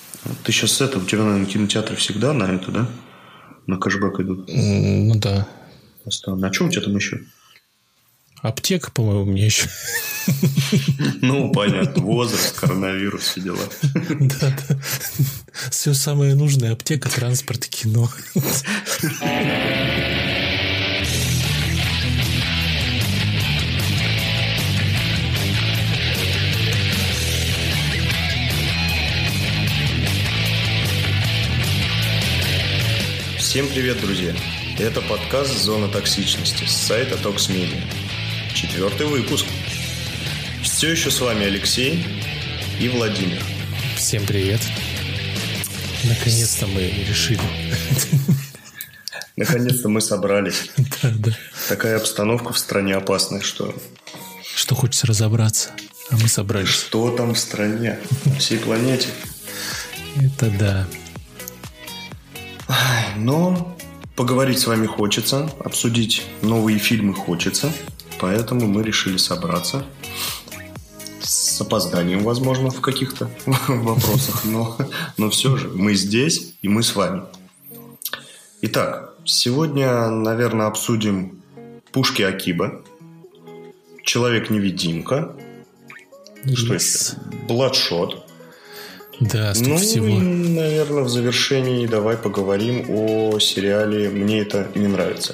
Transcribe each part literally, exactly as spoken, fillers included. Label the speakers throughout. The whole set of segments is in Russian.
Speaker 1: Ты сейчас это, у тебя, наверное, кинотеатры всегда на это, да? На кэшбэк идут?
Speaker 2: Ну да.
Speaker 1: Постоянно. А что у тебя там еще?
Speaker 2: Аптека, по-моему, у меня еще.
Speaker 1: Ну, понятно. Возраст, коронавирус, все дела.
Speaker 2: Да, да. Все самое нужное. Аптека, транспорт, кино.
Speaker 1: Всем привет, друзья! Это подкаст «Зона токсичности» с сайта ToxMedia. Четвертый выпуск. Все еще с вами Алексей и Владимир.
Speaker 2: Всем привет. Наконец-то мы решили.
Speaker 1: Наконец-то мы собрались.
Speaker 2: Да, да.
Speaker 1: Такая обстановка в стране опасная, что...
Speaker 2: Что хочется разобраться, а мы собрались.
Speaker 1: Что там в стране? На всей планете?
Speaker 2: Это да.
Speaker 1: Но поговорить с вами хочется, обсудить новые фильмы хочется, поэтому мы решили собраться. С опозданием, возможно, в каких-то вопросах, но, но все же мы здесь, и мы с вами. Итак, сегодня, наверное, обсудим «Пушки Акиба», «Человек-невидимка», yes. Что еще? «Бладшот».
Speaker 2: Да, столько
Speaker 1: ну,
Speaker 2: всего.
Speaker 1: И, наверное, в завершении давай поговорим о сериале «Мне это не нравится».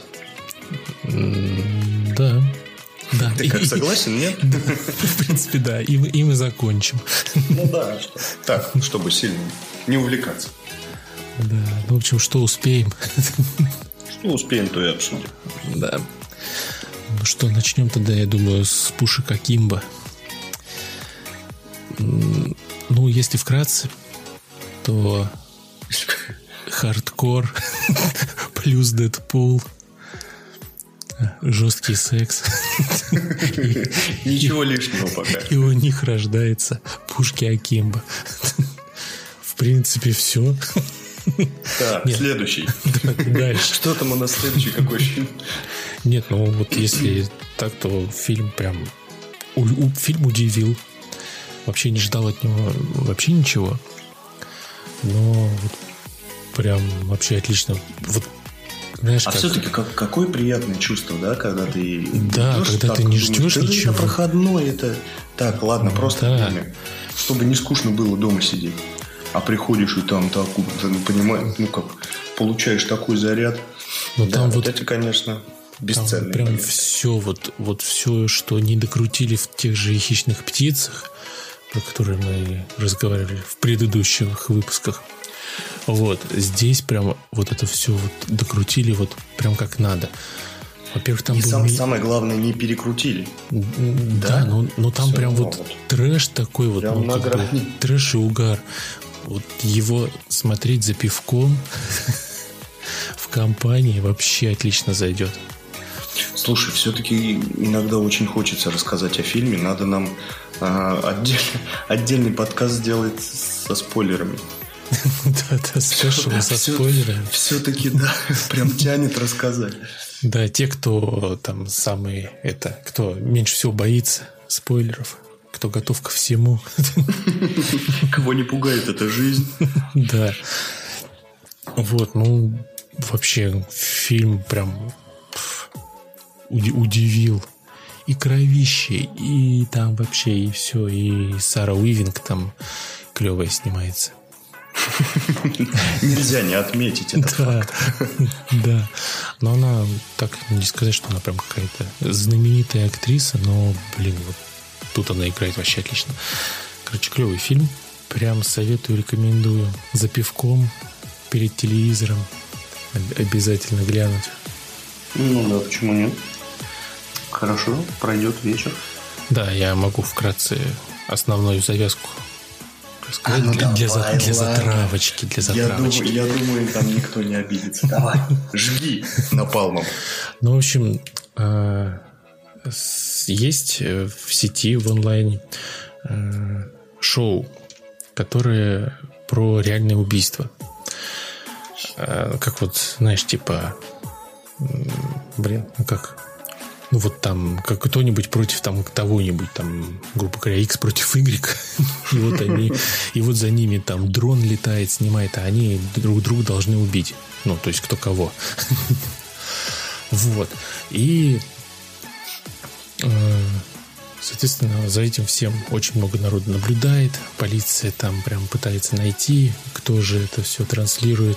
Speaker 2: Mm, да. Да.
Speaker 1: Ты как, согласен, нет?
Speaker 2: В принципе, да. И мы, и мы закончим.
Speaker 1: Ну да. Что... Так, чтобы сильно не увлекаться.
Speaker 2: Да. Ну, в общем, что успеем.
Speaker 1: Что успеем, то и обсудим.
Speaker 2: Да. Ну что, начнем тогда, я думаю, с пушек Акимбо. Ну, если вкратце, то хардкор плюс Дэдпул, жесткий секс.
Speaker 1: Ничего лишнего пока.
Speaker 2: И у них рождается пушки Акимбо. В принципе, все.
Speaker 1: Так, Нет. следующий.
Speaker 2: Дальше.
Speaker 1: Что там у нас следующий? Какой фильм?
Speaker 2: Нет, ну вот если так, то фильм прям... Фильм удивил. Вообще не ждал от него вообще ничего. Но вот прям вообще отлично. Вот, знаешь,
Speaker 1: а
Speaker 2: как...
Speaker 1: все-таки как, какое приятное чувство, да, когда ты...
Speaker 2: Да,
Speaker 1: идешь,
Speaker 2: когда
Speaker 1: так,
Speaker 2: ты не
Speaker 1: думаешь,
Speaker 2: ждешь
Speaker 1: да
Speaker 2: ничего.
Speaker 1: Это проходной, это... Так, ладно, ну, просто
Speaker 2: да.
Speaker 1: время. Чтобы не скучно было дома сидеть. А приходишь и там так, ну, понимаешь, ну как, получаешь такой заряд.
Speaker 2: Но
Speaker 1: да,
Speaker 2: там
Speaker 1: вот
Speaker 2: вот
Speaker 1: эти, конечно, бесценные.
Speaker 2: Там прям
Speaker 1: моменты.
Speaker 2: все, вот, вот все, что не докрутили в тех же «Хищных птицах», про которые мы разговаривали в предыдущих выпусках. Вот, здесь прям вот это все вот докрутили вот прям как надо. Во-первых, там
Speaker 1: и
Speaker 2: был...
Speaker 1: сам, самое главное, не перекрутили.
Speaker 2: Да, да но, но там все прям вот, вот трэш такой вот,
Speaker 1: прям
Speaker 2: ну, как бы, трэш и угар. Вот его смотреть за пивком в компании вообще отлично зайдет.
Speaker 1: Слушай, все-таки иногда очень хочется рассказать о фильме. Надо нам а, отдель, отдельный подкаст сделать со спойлерами.
Speaker 2: Да, да, спешл со спойлерами.
Speaker 1: Все-таки, да, прям тянет рассказать.
Speaker 2: Да, те, кто там самые, это, кто меньше всего боится спойлеров, кто готов ко всему.
Speaker 1: Кого не пугает эта жизнь.
Speaker 2: Да. Вот, ну, вообще, фильм прям... удивил. И кровище, и там вообще, и все. И Сара Уивинг там клевая снимается.
Speaker 1: Нельзя не отметить этот
Speaker 2: да,
Speaker 1: факт.
Speaker 2: Да. Но она, так не сказать, что она прям какая-то знаменитая актриса, но, блин, вот тут она играет вообще отлично. Короче, клевый фильм. Прям советую, рекомендую. За пивком, перед телевизором. Обязательно глянуть.
Speaker 1: Ну да, почему нет? Хорошо, пройдет вечер.
Speaker 2: Да, я могу вкратце основную завязку рассказать.
Speaker 1: А, ну
Speaker 2: для, для,
Speaker 1: давай,
Speaker 2: для затравочки, для затравочки.
Speaker 1: Я думаю, я думаю, там никто не обидится. Давай, жги напалмом.
Speaker 2: Ну, в общем, есть в сети, в онлайне шоу, которое про реальное убийство. Как вот, знаешь, типа... Блин, ну как... ну вот там как кто-нибудь против там того-нибудь, там, грубо говоря, X против Y, и вот они, и вот за ними там дрон летает, снимает, а они друг друга должны убить. Ну, то есть кто кого. Вот. И соответственно, за этим всем очень много народу наблюдает. Полиция там прям пытается найти, кто же это все транслирует,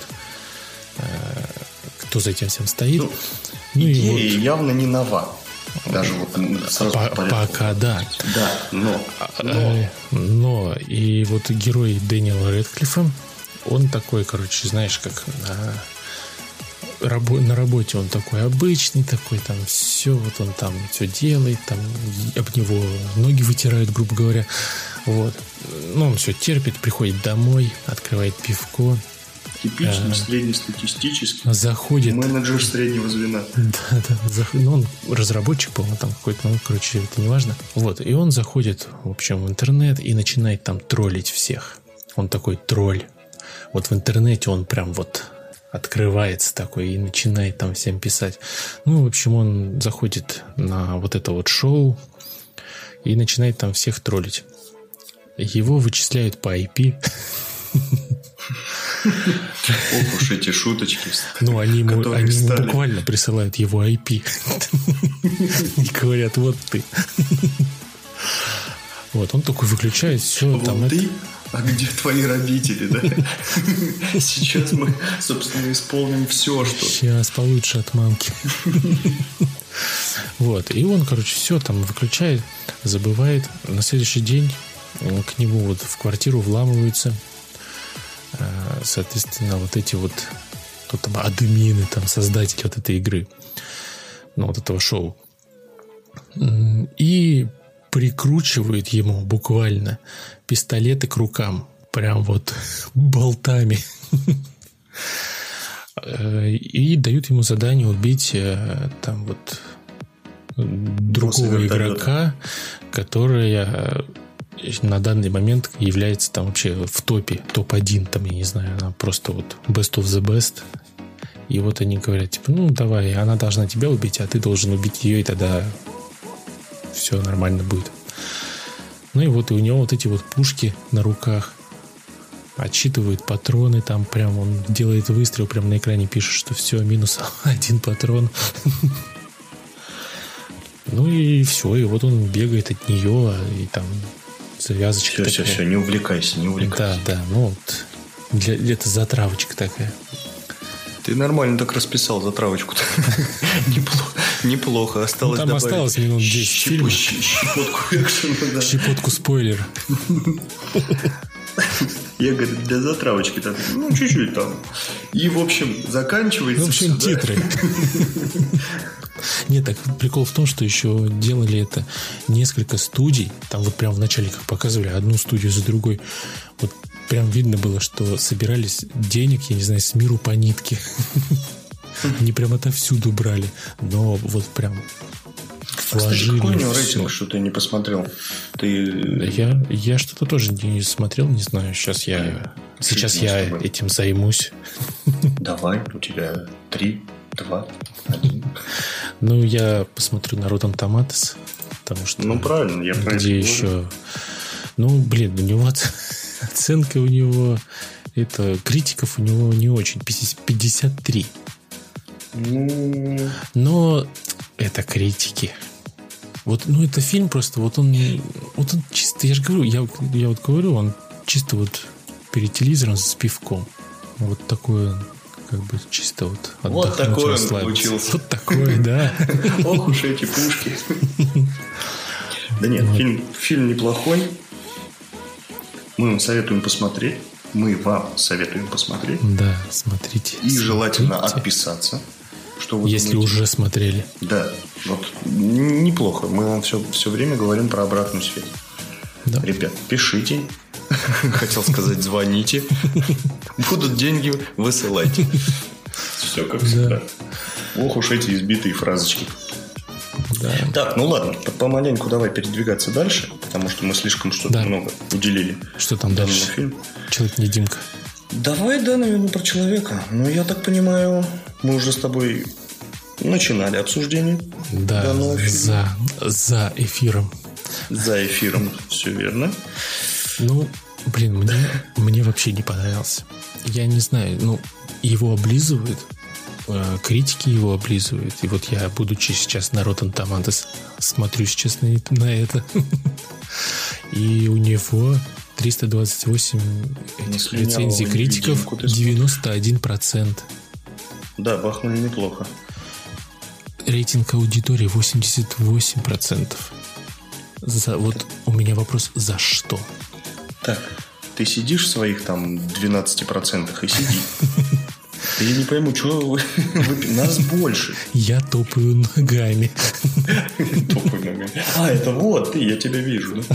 Speaker 2: кто за этим всем стоит.
Speaker 1: Ну,
Speaker 2: ну
Speaker 1: идея
Speaker 2: и вот,
Speaker 1: явно не нова. Даже вот сразу
Speaker 2: по, пока да.
Speaker 1: Да, но, но.
Speaker 2: Но и вот герой Дэниела Рэдклиффа, он такой, короче, знаешь, как на, рабо- на работе он такой обычный, такой там все, вот он там все делает, там об него ноги вытирают, грубо говоря. Вот. Ну, он все терпит, приходит домой, открывает пивко.
Speaker 1: Типичный, а, среднестатистический
Speaker 2: заходит,
Speaker 1: менеджер среднего звена.
Speaker 2: Да, да. Заход... Ну, он разработчик, по-моему, там какой-то, ну, короче, это не важно. Вот, и он заходит, в общем, в интернет и начинает там троллить всех. Он такой тролль. Вот в интернете он прям вот открывается такой и начинает там всем писать. Ну, в общем, он заходит на вот это вот шоу и начинает там всех троллить. Его вычисляют по ай пи.
Speaker 1: Ох уж эти шуточки.
Speaker 2: Ну, они ему, они ему буквально присылают его ай пи. И говорят, вот ты. Вот, он такой выключает все.
Speaker 1: Вот там ты? Это... А где твои родители, да? Сейчас мы, собственно, исполним все, что...
Speaker 2: Сейчас получше от мамки. Вот, и он, короче, все там выключает, забывает. На следующий день к нему вот в квартиру вламываются, соответственно, вот эти вот, кто там, админы, там, создатели вот этой игры, ну, вот этого шоу. И прикручивают ему буквально пистолеты к рукам. Прям вот болтами. И дают ему задание убить там вот другого игрока, которая на данный момент является там вообще в топе, топ один, там, я не знаю, она просто вот best of the best. И вот они говорят, типа, ну, давай, она должна тебя убить, а ты должен убить ее, и тогда все нормально будет. Ну, и вот и у него вот эти вот пушки на руках, отсчитывают патроны, там прям он делает выстрел, прям на экране пишет, что все, минус один патрон. Ну, и все, и вот он бегает от нее, и там завязочка
Speaker 1: все, такая. Все, все, не увлекайся, не увлекайся.
Speaker 2: Да, да, ну вот для, это затравочка такая.
Speaker 1: Ты нормально так расписал затравочку-то. Неплохо, неплохо. Осталось
Speaker 2: там осталось минут десять фильма.
Speaker 1: Щепотку экшена, да.
Speaker 2: Щепотку спойлера.
Speaker 1: Я говорю, для затравочки так, ну, чуть-чуть там. И, в общем, заканчивается.
Speaker 2: В общем, все, титры. Да? Нет, так прикол в том, что еще делали это несколько студий. Там вот прям в начале, как показывали, одну студию за другой. Вот прям видно было, что собирались денег, я не знаю, с миру по нитке. Они прям отовсюду брали. Но вот прям
Speaker 1: вложили. Кстати, какой у него рейтинг, что ты не посмотрел? Ты...
Speaker 2: Я, я что-то тоже не смотрел, не знаю. Сейчас я, сейчас я этим займусь.
Speaker 1: Давай, у тебя три, два, один.
Speaker 2: Ну, я посмотрю на Rotten Tomatoes, потому что...
Speaker 1: Ну, правильно, я правильно.
Speaker 2: Где еще... Ну, блин, у него оценка у него... Это критиков у него не очень. пятьдесят три.
Speaker 1: Ну...
Speaker 2: Но это критики. Вот, ну, это фильм просто, вот он... Вот он чисто, я же говорю, я, я вот говорю, он чисто вот перед телевизором с пивком. Вот такой он. Как бы чисто вот
Speaker 1: вот такой он получился.
Speaker 2: Вот такой, да.
Speaker 1: Ох уж эти пушки. Да нет, фильм, фильм неплохой. Мы вам советуем посмотреть. Мы вам советуем посмотреть.
Speaker 2: Да, смотрите.
Speaker 1: И желательно отписаться. Что вы
Speaker 2: Если думаете? Уже смотрели.
Speaker 1: Да, вот неплохо. Мы вам все, все время говорим про обратную связь. Да. Ребят, пишите. Хотел сказать, звоните. Будут деньги, высылайте. Все как всегда. Ох уж эти избитые фразочки.
Speaker 2: Да.
Speaker 1: Так, ну ладно, помаленьку давай передвигаться дальше, потому что мы слишком что-то да. много уделили.
Speaker 2: Что там дальше?
Speaker 1: Фильм.
Speaker 2: Человек-невидимка.
Speaker 1: Давай, да, наверное, про человека. Ну, я так понимаю, мы уже с тобой начинали обсуждение
Speaker 2: Да, за, за эфиром.
Speaker 1: За эфиром, все верно.
Speaker 2: Ну, блин, мне, мне вообще не понравился. Я не знаю, ну, его облизывают, э, критики его облизывают. И вот я, будучи сейчас на Rotten Tomatoes, смотрю сейчас на, на это. И у него триста двадцать восемь этих рецензий критиков, девяносто один процент.
Speaker 1: Да, бахнули неплохо.
Speaker 2: Рейтинг аудитории восемьдесят восемь процентов. За, вот у меня вопрос, за что?
Speaker 1: Так, ты сидишь в своих там двенадцати процентах и сиди. Я не пойму, что вы, вы... Нас больше.
Speaker 2: Я топаю ногами.
Speaker 1: Топаю ногами. А, это вот ты, я тебя вижу, да?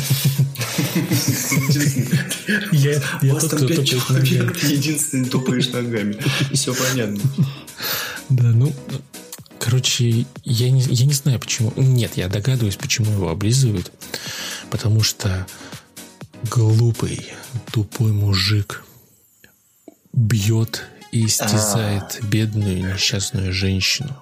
Speaker 2: Я, я
Speaker 1: У вас там пять человек, ты единственный топаешь ногами. Все понятно.
Speaker 2: Да, ну... Короче, я не, я не знаю, почему... Нет, я догадываюсь, почему его облизывают. Потому что глупый, тупой мужик бьет и истязает А-а-а. бедную несчастную женщину.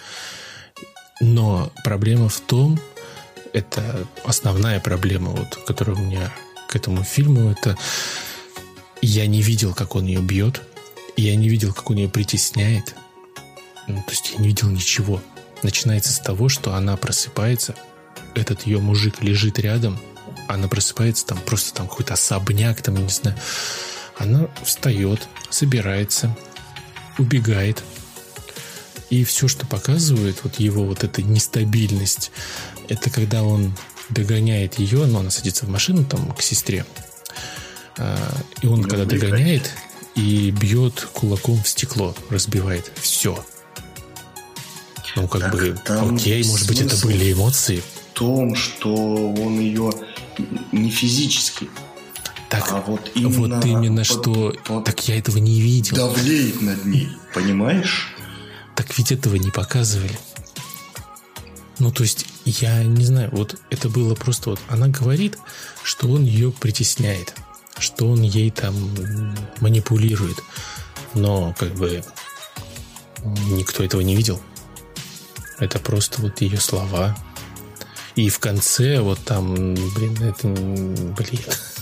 Speaker 2: Но проблема в том, это основная проблема, вот, которая у меня к этому фильму, это я не видел, как он ее бьет, я не видел, как он ее притесняет. Ну, то есть я не видел ничего. Начинается с того, что она просыпается, этот ее мужик лежит рядом, она просыпается, там просто там какой-то особняк, там, я не знаю. Она встает, собирается, убегает. И все, что показывает вот его вот эта нестабильность, это когда он догоняет ее, но она садится в машину там к сестре, и он когда догоняет и бьет кулаком в стекло, разбивает. Все. Ну, как так бы, окей, может быть, это были эмоции.
Speaker 1: В том, что он ее не физически,
Speaker 2: так,
Speaker 1: а вот именно,
Speaker 2: вот именно под, что... Под, так я этого не видел.
Speaker 1: Давлеет над ней, понимаешь?
Speaker 2: Так ведь этого не показывали. Ну, то есть, я не знаю, вот это было просто вот... Она говорит, что он ее притесняет, что он ей там манипулирует. Но, как бы, никто этого не видел. Это просто вот ее слова. И в конце вот там, блин, это, блин.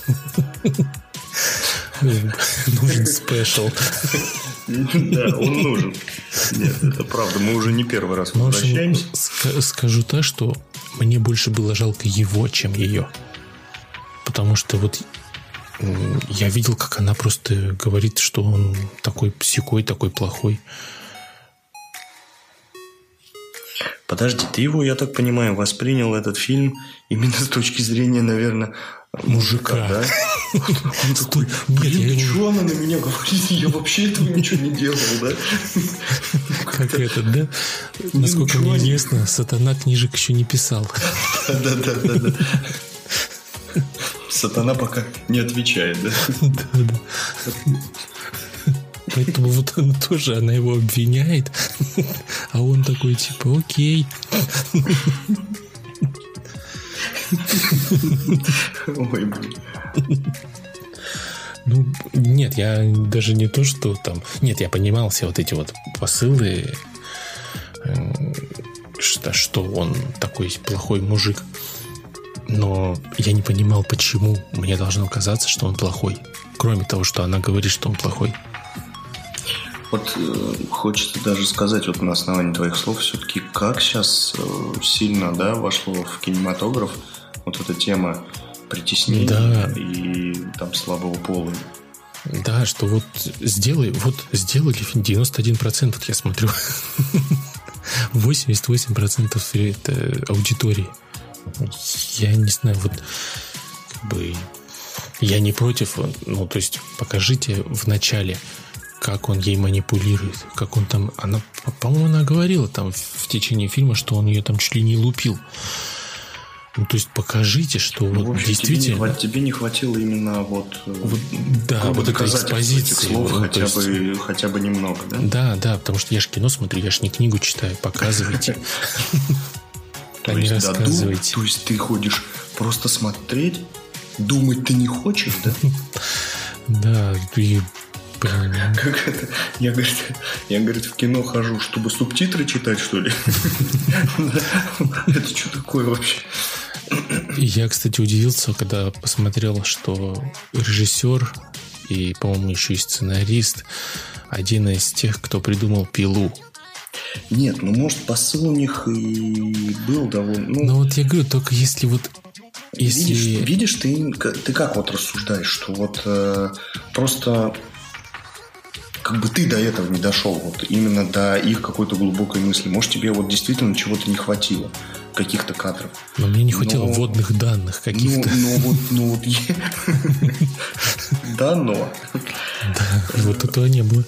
Speaker 2: Нужен спешл.
Speaker 1: Да, он нужен. Нет, это правда, мы уже не первый раз возвращаемся.
Speaker 2: Скажу так, что мне больше было жалко его, чем ее. Потому что вот я видел, как она просто говорит, что он такой психой, такой плохой.
Speaker 1: Подожди, ты его, я так понимаю, воспринял этот фильм именно с точки зрения, наверное, мужика, мужика, да? Он такой, блин, что она на меня говорит? Я вообще этого ничего не делал, да?
Speaker 2: Как этот, да? Насколько мне известно, Сатана книжек еще не писал.
Speaker 1: Да-да-да. Сатана пока не отвечает, да?
Speaker 2: Да-да. Поэтому вот он тоже, она его обвиняет, а он такой, типа, окей.
Speaker 1: Ой, блин.
Speaker 2: Ну, нет, я даже не то, что там... Нет, я понимал все вот эти вот посылы, что, что он такой плохой мужик. Но я не понимал, почему мне должно казаться, что он плохой. Кроме того, что она говорит, что он плохой.
Speaker 1: Вот э, хочется даже сказать вот на основании твоих слов все-таки, как сейчас э, сильно, да, вошло в кинематограф вот эта тема притеснения, да, и там слабого пола.
Speaker 2: Да, что вот сделай, вот сделали девяносто один процент, вот я смотрю, восемьдесят восемь процентов это аудитории. Я не знаю, вот как бы я не против, ну то есть покажите в начале, как он ей манипулирует, как он там, она, по-моему, она говорила там в течение фильма, что он ее там чуть ли не лупил. Ну, то есть покажите, что ну, вот общем, действительно...
Speaker 1: Тебе не, тебе не хватило именно вот...
Speaker 2: вот да, вот этой экспозиции.
Speaker 1: Слов
Speaker 2: ну,
Speaker 1: хотя,
Speaker 2: есть,
Speaker 1: бы, хотя бы немного, да?
Speaker 2: Да, да, потому что я же кино смотрю, я же не книгу читаю, показывайте.
Speaker 1: А не рассказывайте. То есть ты ходишь просто смотреть, думать ты не хочешь, да?
Speaker 2: Да, и
Speaker 1: Как это? Я, говорит, я, говорит, в кино хожу, чтобы субтитры читать, что ли? Это что такое вообще?
Speaker 2: Я, кстати, удивился, когда посмотрел, что режиссер и, по-моему, еще и сценарист один из тех, кто придумал «Пилу».
Speaker 1: Нет, ну, может, посыл у них и был довольно... Ну,
Speaker 2: Но вот я говорю, только если вот... Если...
Speaker 1: Видишь, видишь ты, ты как вот рассуждаешь, что вот э, просто как бы ты до этого не дошел, вот именно до их какой-то глубокой мысли. Может, тебе вот действительно чего-то не хватило, каких-то кадров.
Speaker 2: Но мне не хватило но... вводных данных каких-то.
Speaker 1: Ну, ну вот, ну вот... Да, но...
Speaker 2: Да, вот этого не было.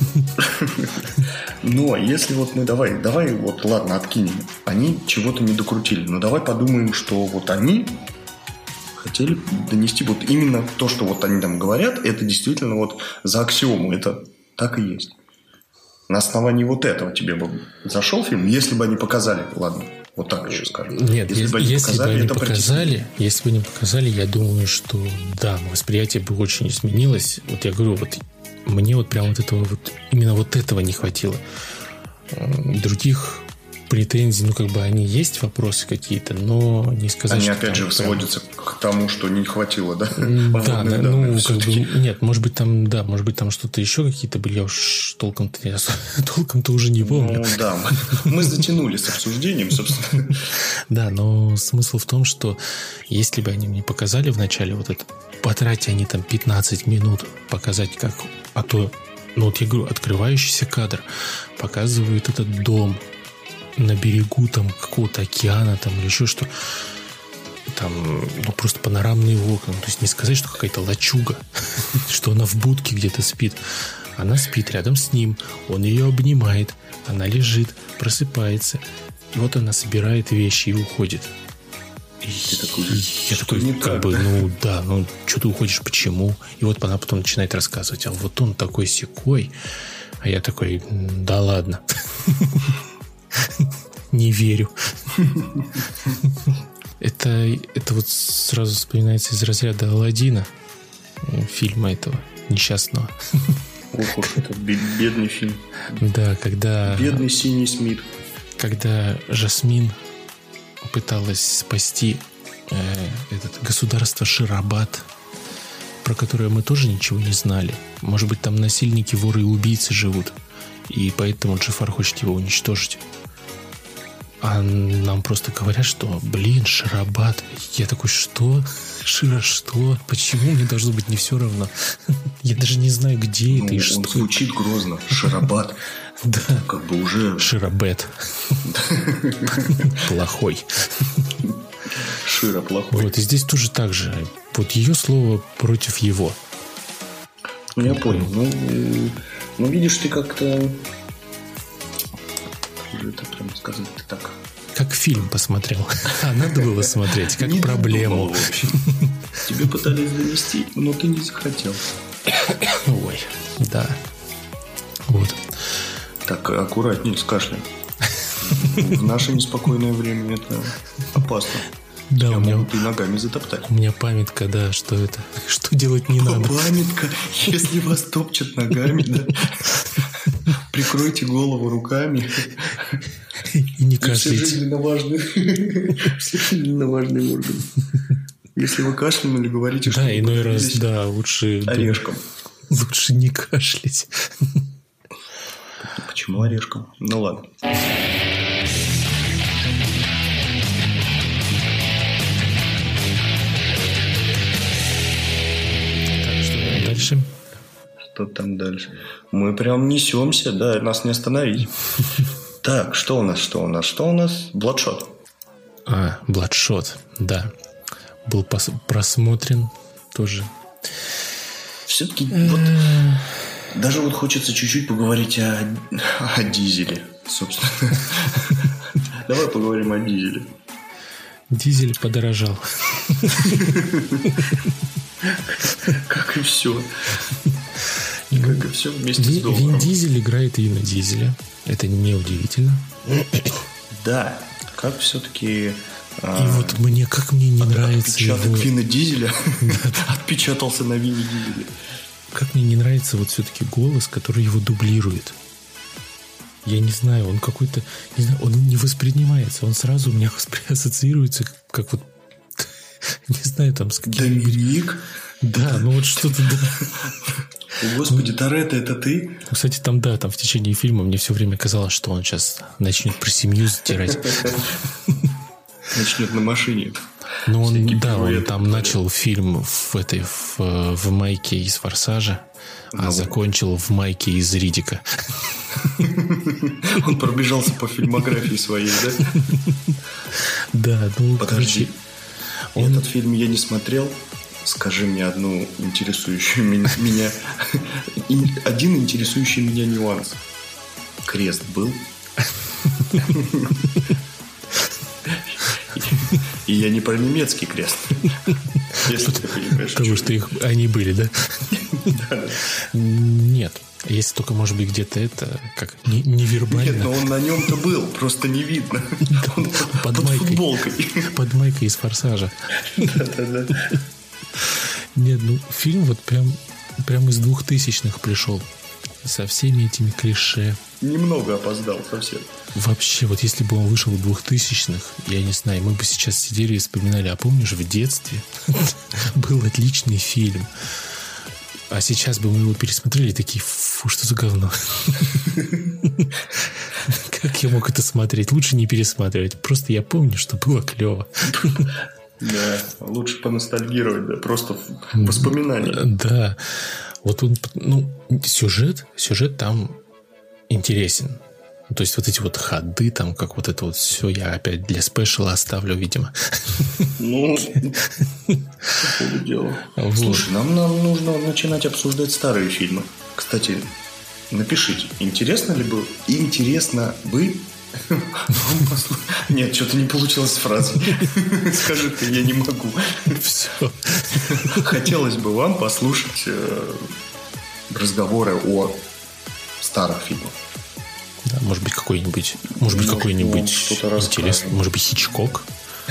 Speaker 1: Но если вот мы давай, давай вот, ладно, откинем. Они чего-то не докрутили. Но давай подумаем, что вот они хотели донести вот именно то, что вот они там говорят, это действительно вот за аксиому. Это так и есть. На основании вот этого тебе бы зашел фильм, если бы они показали, ладно, вот так еще скажем.
Speaker 2: Нет, если, если бы они если показали, бы они показали, если бы они показали, я думаю, что да, восприятие бы очень изменилось. Вот я говорю, вот мне вот прям вот этого вот именно вот этого не хватило. Других претензий, ну как бы они есть, вопросы какие-то, но не сказать,
Speaker 1: они
Speaker 2: что
Speaker 1: опять же прям... сводятся к тому, что не хватило, да?
Speaker 2: Да, да, ну как бы нет, может быть там, да, может быть там что-то еще какие-то были, я уж толком-то не толком-то уже не помню.
Speaker 1: Ну да, мы, мы затянули с обсуждением, собственно.
Speaker 2: Да, но смысл в том, что если бы они мне показали вначале вот это, потратя они там пятнадцать минут показать, как, а то, ну вот я говорю, открывающийся кадр показывает этот дом на берегу там какого-то океана там или еще что, там ну просто панорамные окна, то есть не сказать, что какая-то лачуга, что она в будке где-то спит, она спит рядом с ним, он ее обнимает, она лежит, просыпается, и вот она собирает вещи и уходит. И
Speaker 1: ты такой,
Speaker 2: и я такой, как так, бы, да? ну да, ну что ты уходишь, почему? И вот она потом начинает рассказывать, а вот он такой сякой, а я такой, да ладно. Не верю. Это, это вот сразу вспоминается из разряда Аладдина, фильма этого несчастного.
Speaker 1: Ох уж это бедный фильм.
Speaker 2: Да, когда...
Speaker 1: Бедный синий Смит.
Speaker 2: Когда Жасмин пыталась спасти э, этот государство Ширабад, про которое мы тоже ничего не знали. Может быть, там насильники, воры и убийцы живут. И поэтому Джафар хочет его уничтожить. А нам просто говорят, что, блин, Ширабад. Я такой, что? Шира что? Почему мне должно быть не все равно? Я даже не знаю, где ну, это и что.
Speaker 1: Он звучит грозно. Ширабад.
Speaker 2: Да.
Speaker 1: Как бы уже...
Speaker 2: Ширабет. Плохой.
Speaker 1: Шира плохой.
Speaker 2: Вот, и здесь тоже так же. Вот ее слово против его.
Speaker 1: Ну, я понял. Ну, ну видишь, ты как-то... Как же это прям сказать-то так?
Speaker 2: Как фильм посмотрел. А надо было смотреть, как не проблему.
Speaker 1: Тебе пытались донести, но ты не захотел.
Speaker 2: Ой, да. Вот.
Speaker 1: Так, аккуратнее с кашлем. В наше неспокойное время это опасно.
Speaker 2: Да,
Speaker 1: тебя
Speaker 2: у меня...
Speaker 1: могут и ногами затоптать.
Speaker 2: У меня памятка, да, что это, что делать не надо.
Speaker 1: Памятка, если вас топчат ногами, да, прикройте голову руками.
Speaker 2: И не кашляйте.
Speaker 1: Все жизненно важные, все жизненно важные органы. Если вы кашлянули, говорите, что...
Speaker 2: Да, иной раз, да, лучше...
Speaker 1: Орешком.
Speaker 2: Лучше не кашлять.
Speaker 1: Почему орешком? Ну ладно.
Speaker 2: Дальше.
Speaker 1: Что там дальше? Мы прям несемся, да, нас не остановить. Так, что у нас, что у нас, что у нас? Bloodshot.
Speaker 2: А, Bloodshot, да. Был пос- просмотрен тоже.
Speaker 1: Все-таки вот даже вот хочется чуть-чуть поговорить о, о Дизеле, собственно. Давай поговорим о Дизеле.
Speaker 2: Дизель подорожал.
Speaker 1: Как и все. Как и все вместе с долларом.
Speaker 2: Вин Дизель играет Вина Дизеля. Это неудивительно.
Speaker 1: Да. Как все-таки...
Speaker 2: И а, вот мне, как мне не
Speaker 1: от,
Speaker 2: нравится
Speaker 1: отпечаток
Speaker 2: его...
Speaker 1: Вина Дизеля отпечатался на Вине Дизеле.
Speaker 2: как мне не нравится вот все-таки голос, который его дублирует. Я не знаю, он какой-то, не знаю, он не воспринимается, он сразу у меня ассоциируется, как вот, не знаю, там с каким-нибудь...
Speaker 1: Доминик?
Speaker 2: Да, ну вот что-то...
Speaker 1: О, Господи, Торетто, это ты?
Speaker 2: Кстати, там, да, там в течение фильма мне все время казалось, что он сейчас начнет про семью затирать.
Speaker 1: Начнет на машине.
Speaker 2: Ну, он, да, он там начал фильм в этой в, в майке из «Форсажа», а ну, закончил в майке из «Риддика».
Speaker 1: Он пробежался по фильмографии своей, да?
Speaker 2: Да, ну,
Speaker 1: подожди. Он... Этот фильм я не смотрел. Скажи мне одну интересующую меня... Один интересующий меня нюанс. Крест был? И я не про немецкий крест. Если ты понимаешь.
Speaker 2: Потому что их они были, да?
Speaker 1: Да.
Speaker 2: Нет. Если только, может быть, где-то это как невербально.
Speaker 1: Нет, но он на нем-то был, просто не видно. Он под, под футболкой.
Speaker 2: Под майкой из «Форсажа».
Speaker 1: Да-да-да.
Speaker 2: Нет, ну фильм вот прям, прям из двухтысячных пришел. Со всеми этими клише.
Speaker 1: Немного опоздал совсем.
Speaker 2: Вообще, вот если бы он вышел в двухтысячных, я не знаю, мы бы сейчас сидели и вспоминали, а помнишь, в детстве был отличный фильм. А сейчас бы мы его пересмотрели и такие, фу, что за говно. Как я мог это смотреть? Лучше не пересматривать. Просто я помню, что было клево.
Speaker 1: Да, лучше поностальгировать, да, просто воспоминания.
Speaker 2: Да. Вот он, ну, сюжет, сюжет там интересен. То есть вот эти вот ходы, там, как вот это вот все, я опять для спешала оставлю, видимо.
Speaker 1: Ну, такое дело. Вот. Слушай, нам, нам нужно начинать обсуждать старые фильмы. Кстати, напишите, интересно ли бы, интересно бы... Нет, что-то не получилось с фразой. Скажи ты, я не могу.
Speaker 2: Все.
Speaker 1: Хотелось бы вам послушать э, разговоры о старых фильмах.
Speaker 2: Да, может быть, какой-нибудь, может быть, ну, какой-нибудь интересный, может быть, Хичкок.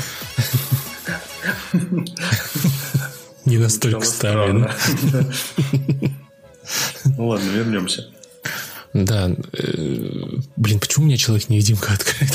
Speaker 2: Не настолько старый, да?
Speaker 1: Ну ладно, вернемся.
Speaker 2: Да, э, блин, почему у меня Человек-невидимка открыт?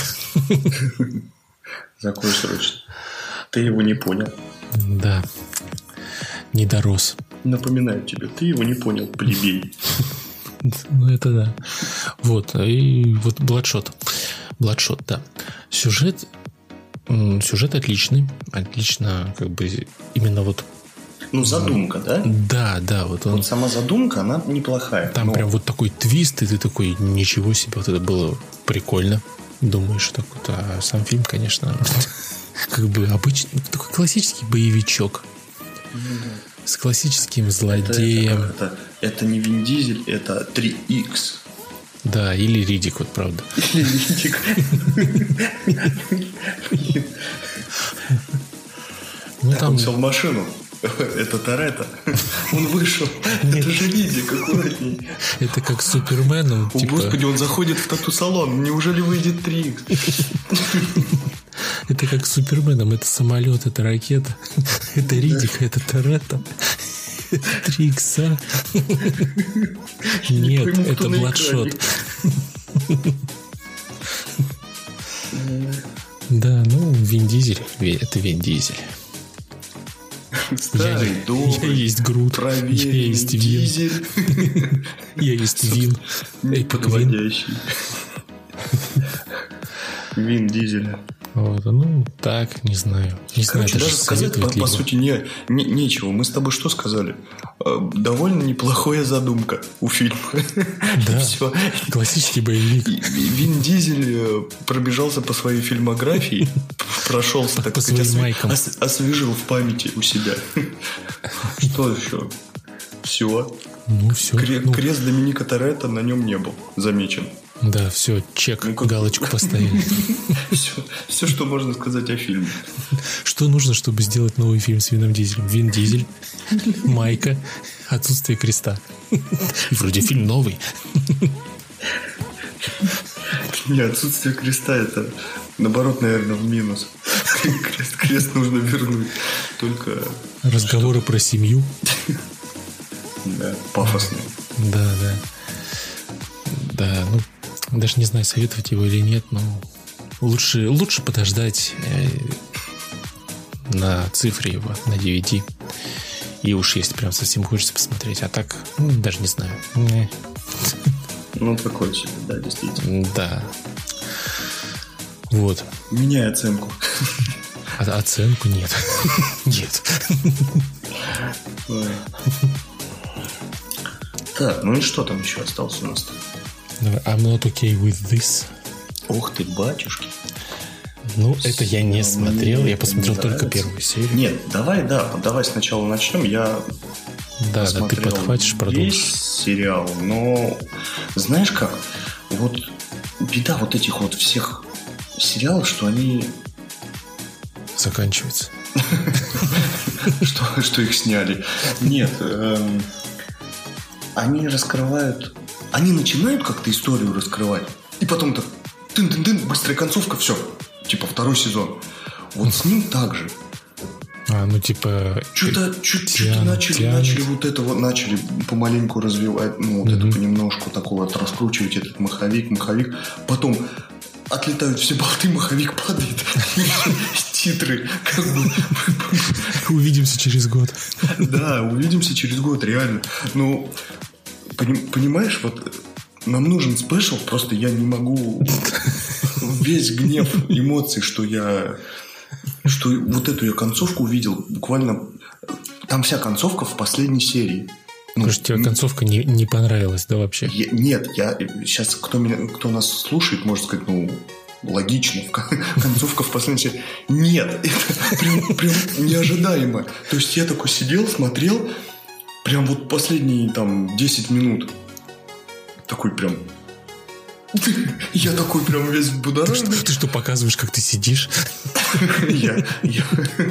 Speaker 1: Закрой срочно. Ты его не понял.
Speaker 2: Да, не дорос.
Speaker 1: Напоминаю тебе, ты его не понял, плебей.
Speaker 2: Ну, это да. Вот, и вот Бладшот. Бладшот, да. Сюжет, сюжет отличный. Отлично, как бы, именно вот...
Speaker 1: Ну, задумка, да?
Speaker 2: Да, да. Вот, он...
Speaker 1: вот сама задумка, она неплохая.
Speaker 2: Там но... прям вот такой твист, и ты такой, ничего себе, вот это было прикольно. Думаешь, так вот. А сам фильм, конечно, как бы обычный, такой классический боевичок. С классическим злодеем.
Speaker 1: Это, это, это не Вин Дизель, это три икс.
Speaker 2: Да, или Риддик, вот правда.
Speaker 1: Или Риддик. Он сел в машину. Это Торетто. Он вышел. Это же Риддик, аккуратней.
Speaker 2: Это как с Суперменом.
Speaker 1: О, Господи, он заходит в тату-салон. Неужели выйдет три икс?
Speaker 2: Это как с Суперменом. Это самолет, это ракета. Это Риддик, это Торетто. три икса. Нет, это Бладшот. Да, ну, Вин Дизель. Это Вин Дизель.
Speaker 1: Старый, я, добрый,
Speaker 2: я есть Грут, я есть Вин.
Speaker 1: Дизель.
Speaker 2: Я есть Вин.
Speaker 1: Подводящий. Вин Дизеля.
Speaker 2: Вот, ну, так, не знаю. Не
Speaker 1: Короче,
Speaker 2: знаю,
Speaker 1: даже сказать, по, по сути, не, не, нечего. Мы с тобой что сказали? Довольно неплохая задумка у фильма.
Speaker 2: Да, классический боевик.
Speaker 1: Вин Дизель пробежался по своей фильмографии, прошелся, так сказать, освежил в памяти у себя. Что еще? Все.
Speaker 2: Ну, все.
Speaker 1: Крест Доминика Торетто на нем не был замечен.
Speaker 2: Да, все, чек, ну, галочку поставили.
Speaker 1: Все, все, что можно сказать о фильме.
Speaker 2: Что нужно, чтобы сделать новый фильм с Вином Дизелем? Вин Дизель, майка, отсутствие креста. И вроде фильм новый.
Speaker 1: Не, отсутствие креста это, наоборот, наверное, в минус. Крест, крест нужно вернуть. Только...
Speaker 2: Разговоры что? Про семью.
Speaker 1: Да, пафосный.
Speaker 2: Да, да. Да, ну, даже не знаю, советовать его или нет, но лучше, лучше подождать э, на цифре его, на ди ви ди. И уж если прям совсем хочется посмотреть. А так, ну, даже не знаю.
Speaker 1: Ну, такой себе, да, действительно.
Speaker 2: Да. Вот.
Speaker 1: Меняй оценку.
Speaker 2: А, оценку нет. Нет.
Speaker 1: Так, ну и что там еще осталось у нас-то?
Speaker 2: I'm not okay with this.
Speaker 1: Ох ты, батюшки.
Speaker 2: Ну, это я не смотрел. Я посмотрел
Speaker 1: не
Speaker 2: только первую серию.
Speaker 1: Нет, давай, да, давай сначала начнем. Я
Speaker 2: Да, да, ты подхватишь, продолжишь.
Speaker 1: Весь сериал, но знаешь как? Вот беда вот этих вот всех сериалов, что они...
Speaker 2: Заканчиваются.
Speaker 1: Что, что их сняли. Нет, эм, они раскрывают... Они начинают как-то историю раскрывать, и потом так тын-тын-тын, быстрая концовка, все. Типа второй сезон. Вот с ним так же.
Speaker 2: А, ну типа...
Speaker 1: Что-то, что-то начали, тянут. начали вот это вот, начали помаленьку развивать, ну, вот mm-hmm. это понемножку такого вот раскручивать этот маховик, маховик. Потом отлетают все болты, маховик падает. Титры. Как бы.
Speaker 2: Увидимся через год.
Speaker 1: Да, увидимся через год, реально. Ну, понимаешь, вот нам нужен спешл, просто я не могу весь гнев эмоций, что я... Что вот эту я концовку увидел буквально... Там вся концовка в последней серии.
Speaker 2: Ну, Слушай, тебе концовка не, не понравилась, да, вообще?
Speaker 1: Я, нет, я... Сейчас кто, меня, кто нас слушает, может сказать, ну, логично. Концовка в последней серии. Нет, это прям, прям неожидаемо. То есть я такой сидел, смотрел, прям вот последние там десять минут. Такой прям... Я такой прям весь будоражный.
Speaker 2: Ты, ты что, показываешь, как ты сидишь?
Speaker 1: Я, я,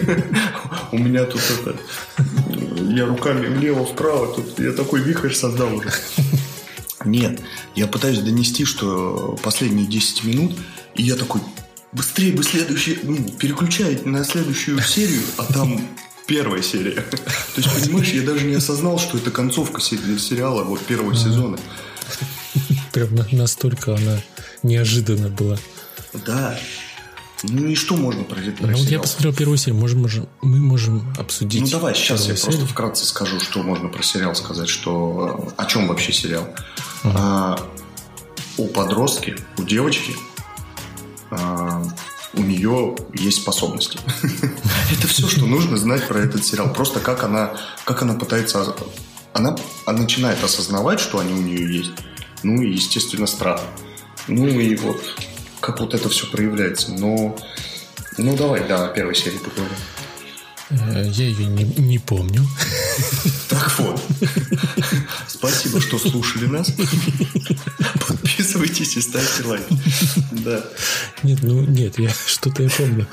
Speaker 1: у меня тут это... Я руками влево-вправо, тут я такой вихрь создал уже. Нет, я пытаюсь донести, что последние десять минут, и я такой, быстрее бы следующий... Ну, переключай на следующую серию, а там первая серия. То есть, понимаешь, я даже не осознал, что это концовка сериала вот первого сезона.
Speaker 2: Прям настолько она неожиданно была.
Speaker 1: Да. Ну и что можно про этот
Speaker 2: ну,
Speaker 1: сериал?
Speaker 2: Вот я посмотрел первую серию, можем, можем, мы можем обсудить.
Speaker 1: Ну давай, сейчас я
Speaker 2: серию.
Speaker 1: просто вкратце скажу, что можно про сериал сказать, что о чем вообще сериал.
Speaker 2: Uh-huh.
Speaker 1: А, у подростки, у девочки, а, у нее есть способности. Это все, что нужно знать про этот сериал. Просто как она, как она пытается... Она начинает осознавать, что они у нее есть. Ну и, естественно, страх. Ну и вот, как вот это все проявляется. Но, ну давай, да, о первой серии поговорим.
Speaker 2: Я ее не, не помню.
Speaker 1: Так вот. Спасибо, что слушали нас. Подписывайтесь и ставьте лайк. Да.
Speaker 2: Нет, ну нет, я что-то я помню.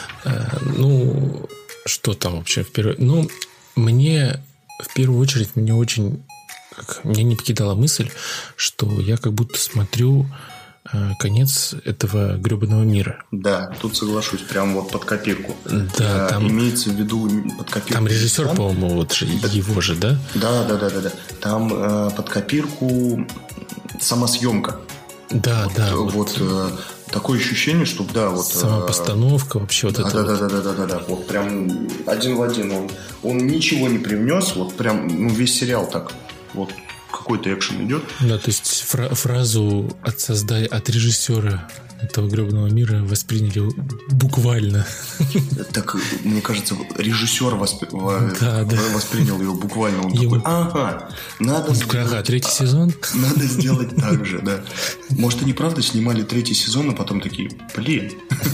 Speaker 2: Ну, что там вообще в первой... Ну, мне... В первую очередь, мне очень... Как, меня не покидала мысль, что я как будто смотрю э, конец этого гребаного мира.
Speaker 1: Да, тут соглашусь, прям вот под копирку.
Speaker 2: Да,
Speaker 1: а,
Speaker 2: там...
Speaker 1: Имеется в виду под копирку.
Speaker 2: Там режиссер, там, по-моему, вот же, да, его же, да?
Speaker 1: Да, да, да, да, да. Там э, под копирку сама съемка.
Speaker 2: Да,
Speaker 1: вот,
Speaker 2: да.
Speaker 1: Вот, вот э, такое ощущение, что да, вот...
Speaker 2: Сама постановка вообще
Speaker 1: да,
Speaker 2: вот
Speaker 1: да,
Speaker 2: это.
Speaker 1: Да,
Speaker 2: вот.
Speaker 1: да, да, да, да, да. Вот прям один в один. Он, он ничего не привнес, вот прям, ну, весь сериал так. Вот какой-то экшен идет.
Speaker 2: Да, то есть фра- фразу от создай, от режиссера этого гребаного мира восприняли буквально.
Speaker 1: Так, мне кажется, режиссер восп...
Speaker 2: да, да.
Speaker 1: воспринял ее буквально. Он Ему... такой, ага, надо
Speaker 2: он
Speaker 1: сделать...
Speaker 2: Ага, третий сезон?
Speaker 1: Надо сделать так же, да. Может, они правда снимали третий сезон, а потом такие, блин,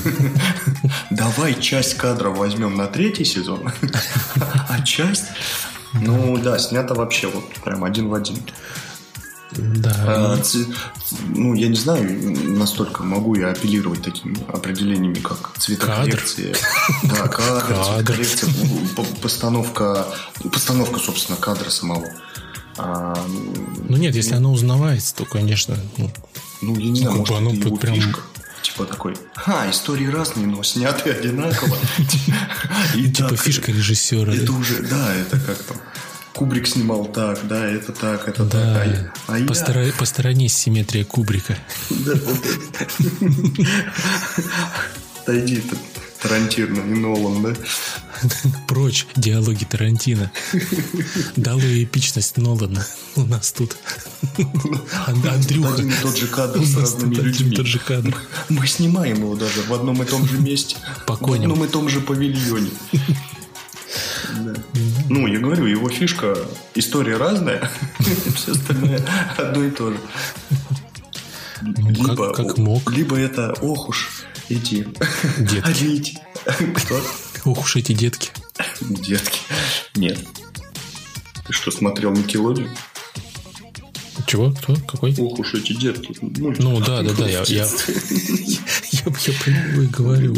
Speaker 1: давай часть кадров возьмем на третий сезон, а часть... Ну да, снято вообще вот прям один в один.
Speaker 2: Да.
Speaker 1: А, ц... Ну, я не знаю, настолько могу я апеллировать такими определениями, как цветокоррекция. Да, кадр, цветокоррекция, постановка, постановка, собственно, кадра самого. А,
Speaker 2: ну нет, если ну, оно узнавается, то, конечно. Ну,
Speaker 1: ну я не знаю, может,
Speaker 2: оно
Speaker 1: это его
Speaker 2: прям...
Speaker 1: фишка. Типа такой, ха, истории разные, но сняты одинаково.
Speaker 2: Типа фишка режиссера.
Speaker 1: Это уже, да, это как там Кубрик снимал так, да, это так, это
Speaker 2: да,
Speaker 1: так. А, а
Speaker 2: постара...
Speaker 1: я...
Speaker 2: Посторонись, симметрия Кубрика.
Speaker 1: Да, да, да. Отойди, Тарантино и Нолан, да?
Speaker 2: Прочь диалоги Тарантино. Долой эпичность Нолана. У нас тут Андрюха.
Speaker 1: Один и тот же кадр с разными людьми.
Speaker 2: Тот же кадр.
Speaker 1: Мы снимаем его даже в одном и том же месте.
Speaker 2: По
Speaker 1: в
Speaker 2: коням.
Speaker 1: одном и том же павильоне. Да. Ну, я говорю, его фишка, история разная, все остальное одно и то же.
Speaker 2: Ну,
Speaker 1: либо,
Speaker 2: как, как мог.
Speaker 1: Либо это, ох уж эти
Speaker 2: детки.
Speaker 1: Кто?
Speaker 2: Ох уж эти детки.
Speaker 1: Детки. Нет. Ты что, смотрел Никелодеон?
Speaker 2: Чего? Кто? Какой?
Speaker 1: Ох уж эти детки.
Speaker 2: Мультик. Ну да, да, да. Я, я, я, я про него и говорю.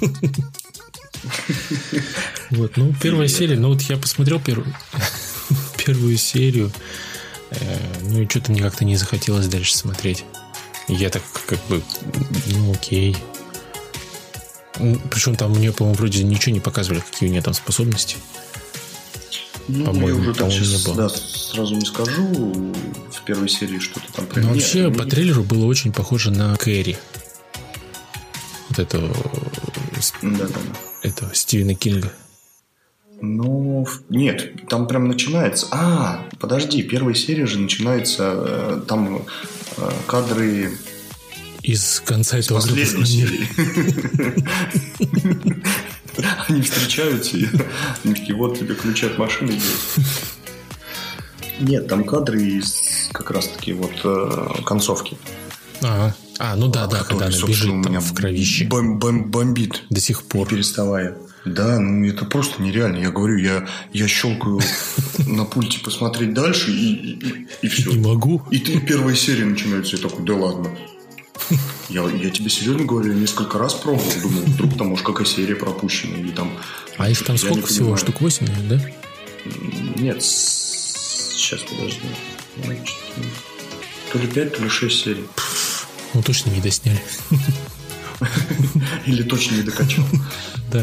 Speaker 2: Вот, ну, первая серия, ну вот я посмотрел первую, первую серию, э, ну и что-то мне как-то не захотелось дальше смотреть. Я так как бы, ну окей. Причем там у нее, по-моему, вроде ничего не показывали, какие у нее там способности.
Speaker 1: Ну,
Speaker 2: по-моему,
Speaker 1: я уже так сейчас,
Speaker 2: не было.
Speaker 1: Да, сразу не скажу в первой серии что-то там.
Speaker 2: Ну, вообще, Нет, по не... трейлеру было очень похоже на Кэрри. Вот это...
Speaker 1: Да, да.
Speaker 2: Этого Стивена Кинга.
Speaker 1: Ну, нет, там прям начинается. А, подожди, первая серия же начинается. Там э, кадры
Speaker 2: из конца этого
Speaker 1: последней серии. Они встречаются, и они такие, вот тебе ключи от машины есть. Нет, там кадры из как раз-таки вот концовки.
Speaker 2: Ага. А, ну да, да, когда она бежит там в кровище.
Speaker 1: Бом- бом- бомбит.
Speaker 2: До сих пор.
Speaker 1: Не переставая. Да, ну это просто нереально. Я говорю, я, я щелкаю на пульте посмотреть дальше и, и, и все.
Speaker 2: Не могу.
Speaker 1: И ты первая серия начинается, я такой, да ладно. Я, я тебе серьезно говорю, я несколько раз пробовал, думал, вдруг там, может, какая серия пропущена. Или там,
Speaker 2: а их там сколько всего? Штук восемь, да?
Speaker 1: Нет, сейчас, подожди. То ли пять, то ли шесть серий.
Speaker 2: Ну, точно не досняли.
Speaker 1: Или точно не докачал.
Speaker 2: Да.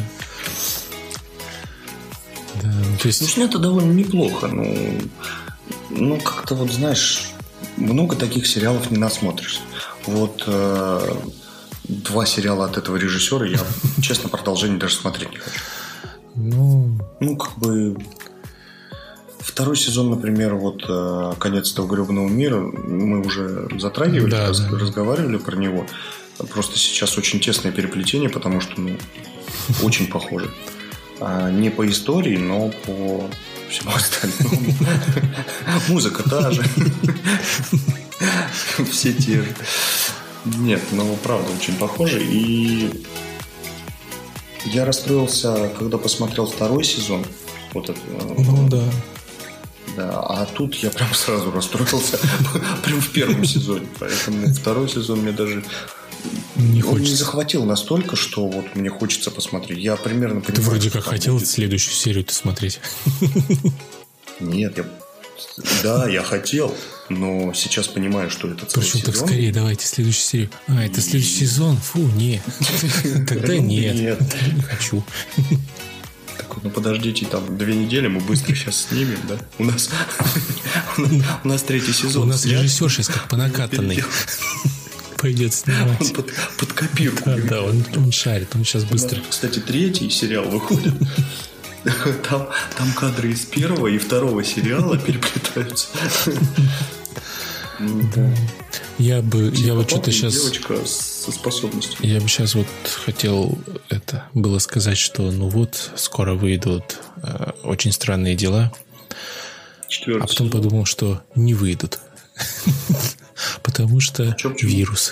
Speaker 2: Да, ну, то есть...
Speaker 1: Ну, снято довольно неплохо. Ну, ну, как-то вот, знаешь, много таких сериалов не насмотришься. Вот э, два сериала от этого режиссера я, честно, продолжение даже смотреть не хочу.
Speaker 2: Ну,
Speaker 1: ну как бы... Второй сезон, например, вот «Конец этого гребаного мира», мы уже затрагивали,
Speaker 2: да,
Speaker 1: раз,
Speaker 2: да.
Speaker 1: разговаривали про него. Просто сейчас очень тесное переплетение, потому что, ну, очень похоже. А не по истории, но по всему остальному. Музыка та же. Все те же. Нет, ну, правда, очень похоже. И я расстроился, когда посмотрел второй сезон. Вот это.
Speaker 2: Ну, да.
Speaker 1: Да, а тут я прям сразу расстроился. Прям в первом сезоне. Поэтому второй сезон мне даже...
Speaker 2: Не
Speaker 1: Он
Speaker 2: хочется.
Speaker 1: не захватил настолько, что вот мне хочется посмотреть. Я примерно понимаю...
Speaker 2: Ты вроде как хотел
Speaker 1: будет.
Speaker 2: Следующую серию-то смотреть.
Speaker 1: Нет, я... Да, я хотел, но сейчас понимаю, что это целый
Speaker 2: Причем
Speaker 1: сезон.
Speaker 2: так скорее давайте следующую серию. А, это следующий сезон? Фу, нет. Тогда нет.
Speaker 1: Нет.
Speaker 2: Не хочу.
Speaker 1: Так, ну подождите, там две недели мы быстро сейчас снимем, да? У нас у нас третий сезон.
Speaker 2: У нас режиссер сейчас как по накатанной пойдет снимать.
Speaker 1: Он под, под копирку.
Speaker 2: Да, да, он, он шарит, он сейчас быстро.
Speaker 1: Кстати, третий сериал выходит. Там, там кадры из первого и второго сериала переплетаются.
Speaker 2: Да. Я бы, я вот что-то сейчас...
Speaker 1: Девочка со способностью.
Speaker 2: Я бы сейчас вот хотел это было сказать, что ну вот скоро выйдут э, «Очень странные дела»,
Speaker 1: Четвертый
Speaker 2: а потом
Speaker 1: сезон.
Speaker 2: подумал, что не выйдут, потому что вирус.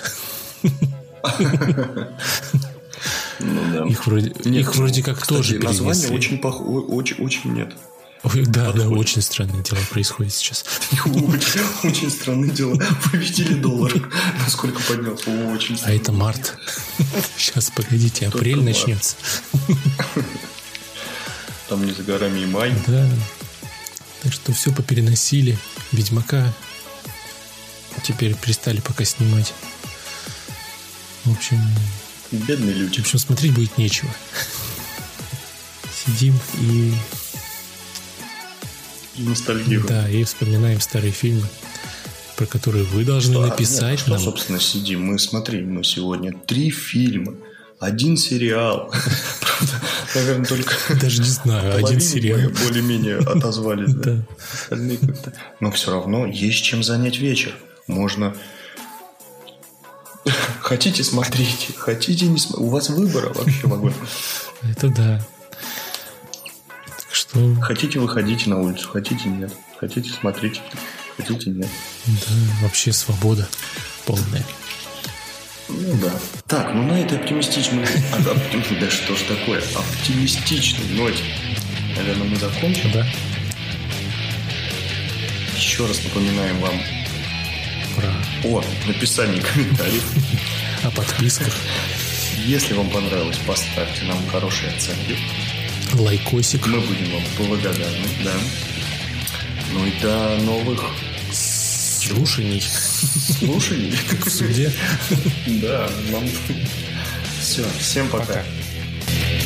Speaker 1: Ну, да.
Speaker 2: Их вроде,
Speaker 1: Нет,
Speaker 2: их вроде как
Speaker 1: кстати,
Speaker 2: тоже
Speaker 1: название
Speaker 2: перенесли.
Speaker 1: очень, пох... очень, очень нет.
Speaker 2: Ой, да,
Speaker 1: Подходит.
Speaker 2: да, очень странные дела происходят сейчас.
Speaker 1: Очень, очень странные дела. Вы видели доллар? Насколько поднялся? Очень
Speaker 2: А
Speaker 1: странно.
Speaker 2: это март. Сейчас, погодите,
Speaker 1: Только
Speaker 2: апрель
Speaker 1: март.
Speaker 2: начнется.
Speaker 1: Там не за горами и май.
Speaker 2: Да. Так что все попереносили. Ведьмака теперь перестали пока снимать. В общем...
Speaker 1: Бедные люди.
Speaker 2: В общем, смотреть будет нечего. Сидим и
Speaker 1: ностальгируем.
Speaker 2: Да, и вспоминаем старые фильмы, про которые вы должны
Speaker 1: А,
Speaker 2: написать
Speaker 1: нет, что,
Speaker 2: нам.
Speaker 1: собственно, сидим. Мы, смотри, мы сегодня три фильма, один сериал. Правда, наверное, только...
Speaker 2: Даже не знаю, один сериал.
Speaker 1: Мы более-менее отозвались.
Speaker 2: Да.
Speaker 1: Остальные как-то... Но все равно есть чем занять вечер. Можно... Хотите, смотрите. Хотите, не смотрите. У вас выбора вообще вагон.
Speaker 2: Это да. Так что...
Speaker 1: Хотите, выходите на улицу. Хотите, нет. Хотите, смотрите. Хотите, нет.
Speaker 2: Да, вообще свобода полная.
Speaker 1: Ну да. Так, ну на этой оптимистичной... Да что ж такое? Оптимистичной ноте. Наверное, мы закончим.
Speaker 2: Да.
Speaker 1: Еще раз напоминаем вам
Speaker 2: Про...
Speaker 1: о написании комментариев.
Speaker 2: О подписках.
Speaker 1: Если вам понравилось, поставьте нам хорошие оценки.
Speaker 2: Лайкосик.
Speaker 1: Мы будем вам благодарны, да. Ну и до новых
Speaker 2: Слушаний.
Speaker 1: слушаний.
Speaker 2: В суде.
Speaker 1: Да, нам... Все, всем пока.
Speaker 2: Пока.